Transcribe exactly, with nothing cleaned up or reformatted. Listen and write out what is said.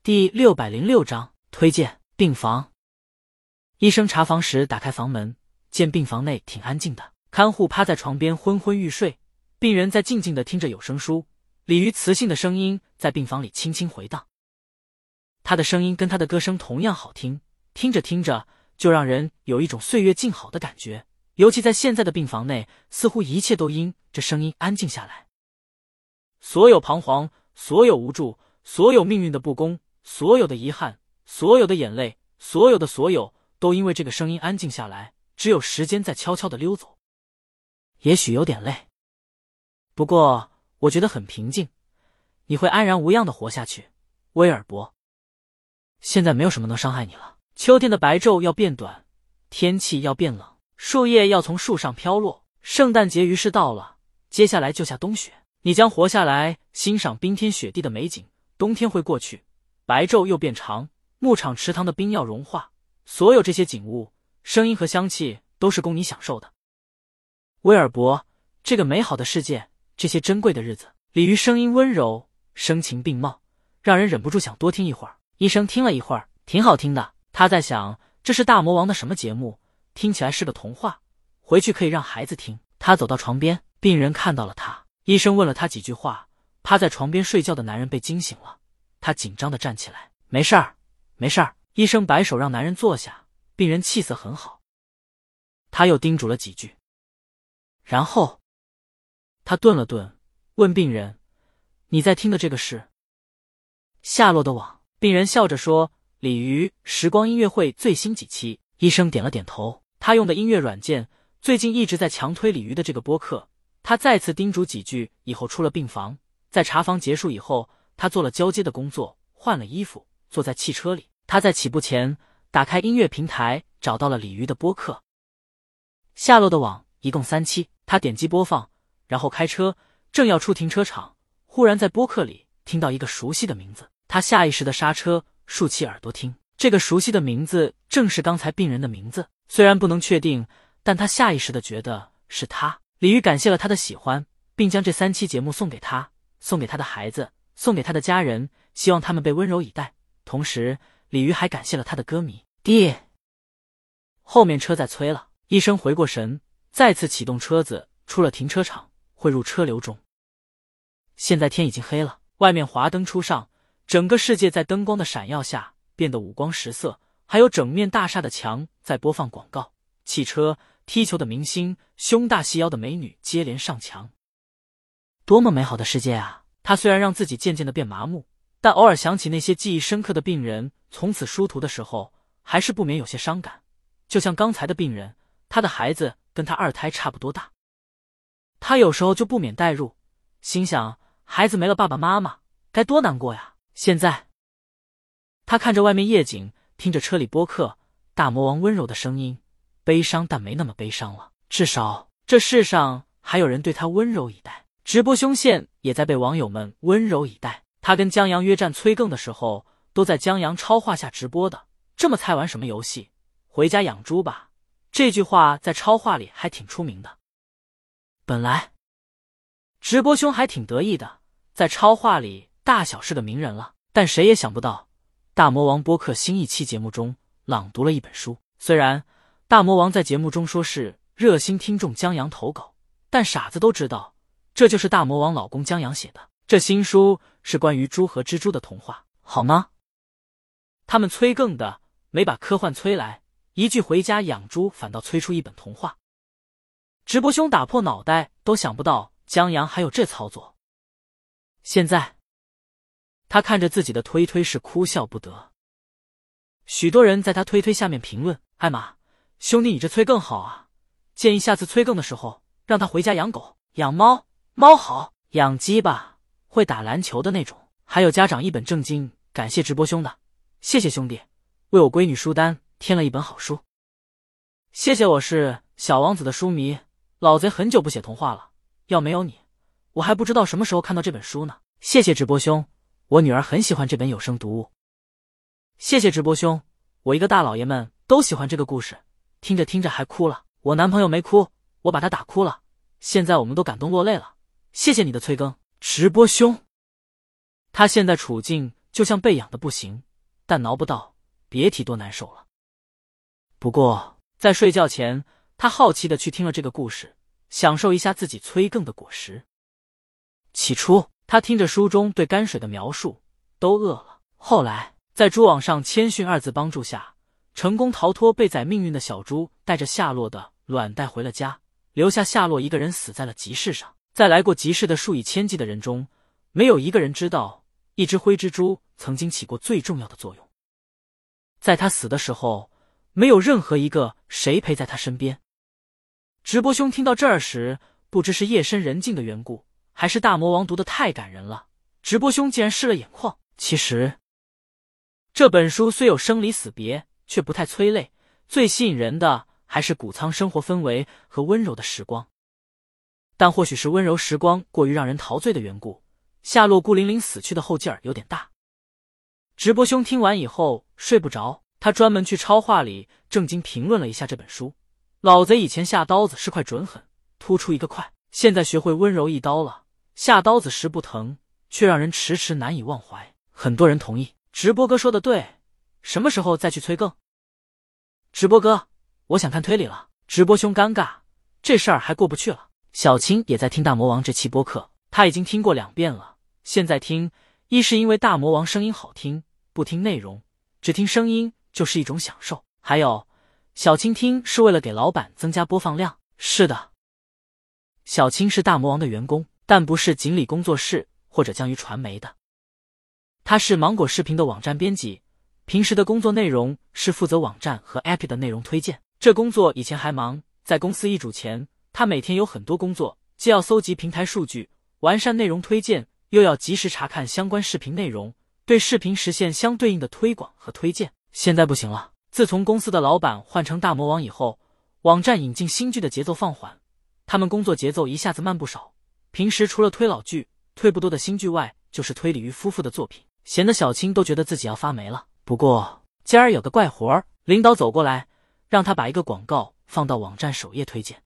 第六百零六章推荐病房。医生查房时打开房门，见病房内挺安静的，看护趴在床边昏昏欲睡，病人在静静地听着有声书，鲤鱼磁性的声音在病房里轻轻回荡。他的声音跟他的歌声同样好听，听着听着就让人有一种岁月静好的感觉，尤其在现在的病房内，似乎一切都因这声音安静下来。所有彷徨，所有无助，所有命运的不公，所有的遗憾，所有的眼泪，所有的所有，都因为这个声音安静下来，只有时间在悄悄地溜走。也许有点累，不过我觉得很平静，你会安然无恙地活下去，威尔伯。现在没有什么能伤害你了。秋天的白昼要变短，天气要变冷，树叶要从树上飘落，圣诞节于是到了，接下来就下冬雪。你将活下来，欣赏冰天雪地的美景。冬天会过去，白昼又变长，牧场池塘的冰要融化，所有这些景物、声音和香气都是供你享受的。威尔伯，这个美好的世界，这些珍贵的日子。鲤鱼声音温柔，声情并茂，让人忍不住想多听一会儿。医生听了一会儿，挺好听的。他在想，这是大魔王的什么节目？听起来是个童话，回去可以让孩子听。他走到床边，病人看到了他。医生问了他几句话，趴在床边睡觉的男人被惊醒了，他紧张地站起来。没事儿，没事儿。医生摆手让男人坐下，病人气色很好。他又叮嘱了几句，然后他顿了顿，问病人：“你在听的这个是夏洛的网？”病人笑着说：“鲤鱼时光音乐会最新几期。”医生点了点头，他用的音乐软件最近一直在强推鲤鱼的这个播客。他再次叮嘱几句以后出了病房，在查房结束以后，他做了交接的工作，换了衣服，坐在汽车里。他在起步前打开音乐平台，找到了鲤鱼的播客夏洛的网，一共三期。他点击播放，然后开车，正要出停车场，忽然在播客里听到一个熟悉的名字。他下意识的刹车，竖起耳朵听，这个熟悉的名字正是刚才病人的名字。虽然不能确定，但他下意识的觉得是他。鲤鱼感谢了他的喜欢，并将这三期节目送给他，送给他的孩子，送给他的家人，希望他们被温柔以待。同时，鲤鱼还感谢了他的歌迷。D 后面车在催了，医生回过神，再次启动车子，出了停车场，汇入车流中。现在天已经黑了，外面华灯初上，整个世界在灯光的闪耀下变得五光十色，还有整面大厦的墙在播放广告，汽车、踢球的明星、胸大细腰的美女接连上墙。多么美好的世界啊！他虽然让自己渐渐的变麻木，但偶尔想起那些记忆深刻的病人从此殊途的时候，还是不免有些伤感。就像刚才的病人，他的孩子跟他二胎差不多大，他有时候就不免代入，心想孩子没了爸爸妈妈该多难过呀。现在他看着外面夜景，听着车里播客，大魔王温柔的声音，悲伤但没那么悲伤了，至少这世上还有人对他温柔以待。直播凶线也在被网友们温柔以待。他跟江阳约战催更的时候，都在江阳超话下直播的。这么菜玩什么游戏？回家养猪吧。这句话在超话里还挺出名的。本来直播凶还挺得意的，在超话里大小是个名人了。但谁也想不到，大魔王播客新一期节目中朗读了一本书。虽然大魔王在节目中说是热心听众江阳投稿，但傻子都知道，这就是大魔王老公江阳写的。这新书是关于猪和蜘蛛的童话，好吗？他们催更的没把科幻催来，一句回家养猪反倒催出一本童话。直播兄打破脑袋都想不到江阳还有这操作。现在他看着自己的推推是哭笑不得。许多人在他推推下面评论：艾玛兄弟你这催更好啊，建议下次催更的时候让他回家养狗养猫，猫好，养鸡吧，会打篮球的那种。还有家长一本正经感谢直播兄的，谢谢兄弟，为我闺女书单添了一本好书。谢谢，我是小王子的书迷，老贼很久不写童话了，要没有你我还不知道什么时候看到这本书呢。谢谢直播兄，我女儿很喜欢这本有声读物。谢谢直播兄，我一个大老爷们都喜欢这个故事，听着听着还哭了。我男朋友没哭，我把他打哭了，现在我们都感动落泪了。谢谢你的催更，直播兄。他现在处境就像被痒的不行，但挠不到，别提多难受了。不过在睡觉前，他好奇地去听了这个故事，享受一下自己催更的果实。起初他听着书中对泔水的描述，都饿了。后来在蛛网上千寻二字帮助下，成功逃脱被宰命运的小猪带着夏洛的卵带回了家，留下夏洛一个人死在了集市上。在来过集市的数以千计的人中，没有一个人知道一只灰蜘蛛曾经起过最重要的作用。在他死的时候，没有任何一个谁陪在他身边。直播兄听到这儿时，不知是夜深人静的缘故，还是大魔王读得太感人了，直播兄竟然湿了眼眶。其实这本书虽有生离死别，却不太催泪，最吸引人的还是谷仓生活氛围和温柔的时光。但或许是温柔时光过于让人陶醉的缘故，夏洛孤零零死去的后劲儿有点大。直播兄听完以后睡不着，他专门去超话里正经评论了一下这本书。老贼以前下刀子是块准狠，突出一个快，现在学会温柔一刀了，下刀子时不疼，却让人迟迟难以忘怀。很多人同意直播哥说的对，什么时候再去催更？直播哥，我想看推理了。直播兄尴尬，这事儿还过不去了。小青也在听大魔王这期播客，他已经听过两遍了，现在听，一是因为大魔王声音好听，不听内容，只听声音就是一种享受。还有小青听是为了给老板增加播放量。是的，小青是大魔王的员工，但不是锦鲤工作室或者江鱼传媒的。他是芒果视频的网站编辑，平时的工作内容是负责网站和 A P P 的内容推荐。这工作以前还忙，在公司易主前，他每天有很多工作，既要搜集平台数据，完善内容推荐，又要及时查看相关视频内容，对视频实现相对应的推广和推荐。现在不行了，自从公司的老板换成大魔王以后，网站引进新剧的节奏放缓，他们工作节奏一下子慢不少。平时除了推老剧、推不多的新剧外，就是推鲤鱼夫妇的作品，闲得小青都觉得自己要发霉了。不过今儿有个怪活儿，领导走过来，让他把一个广告放到网站首页推荐。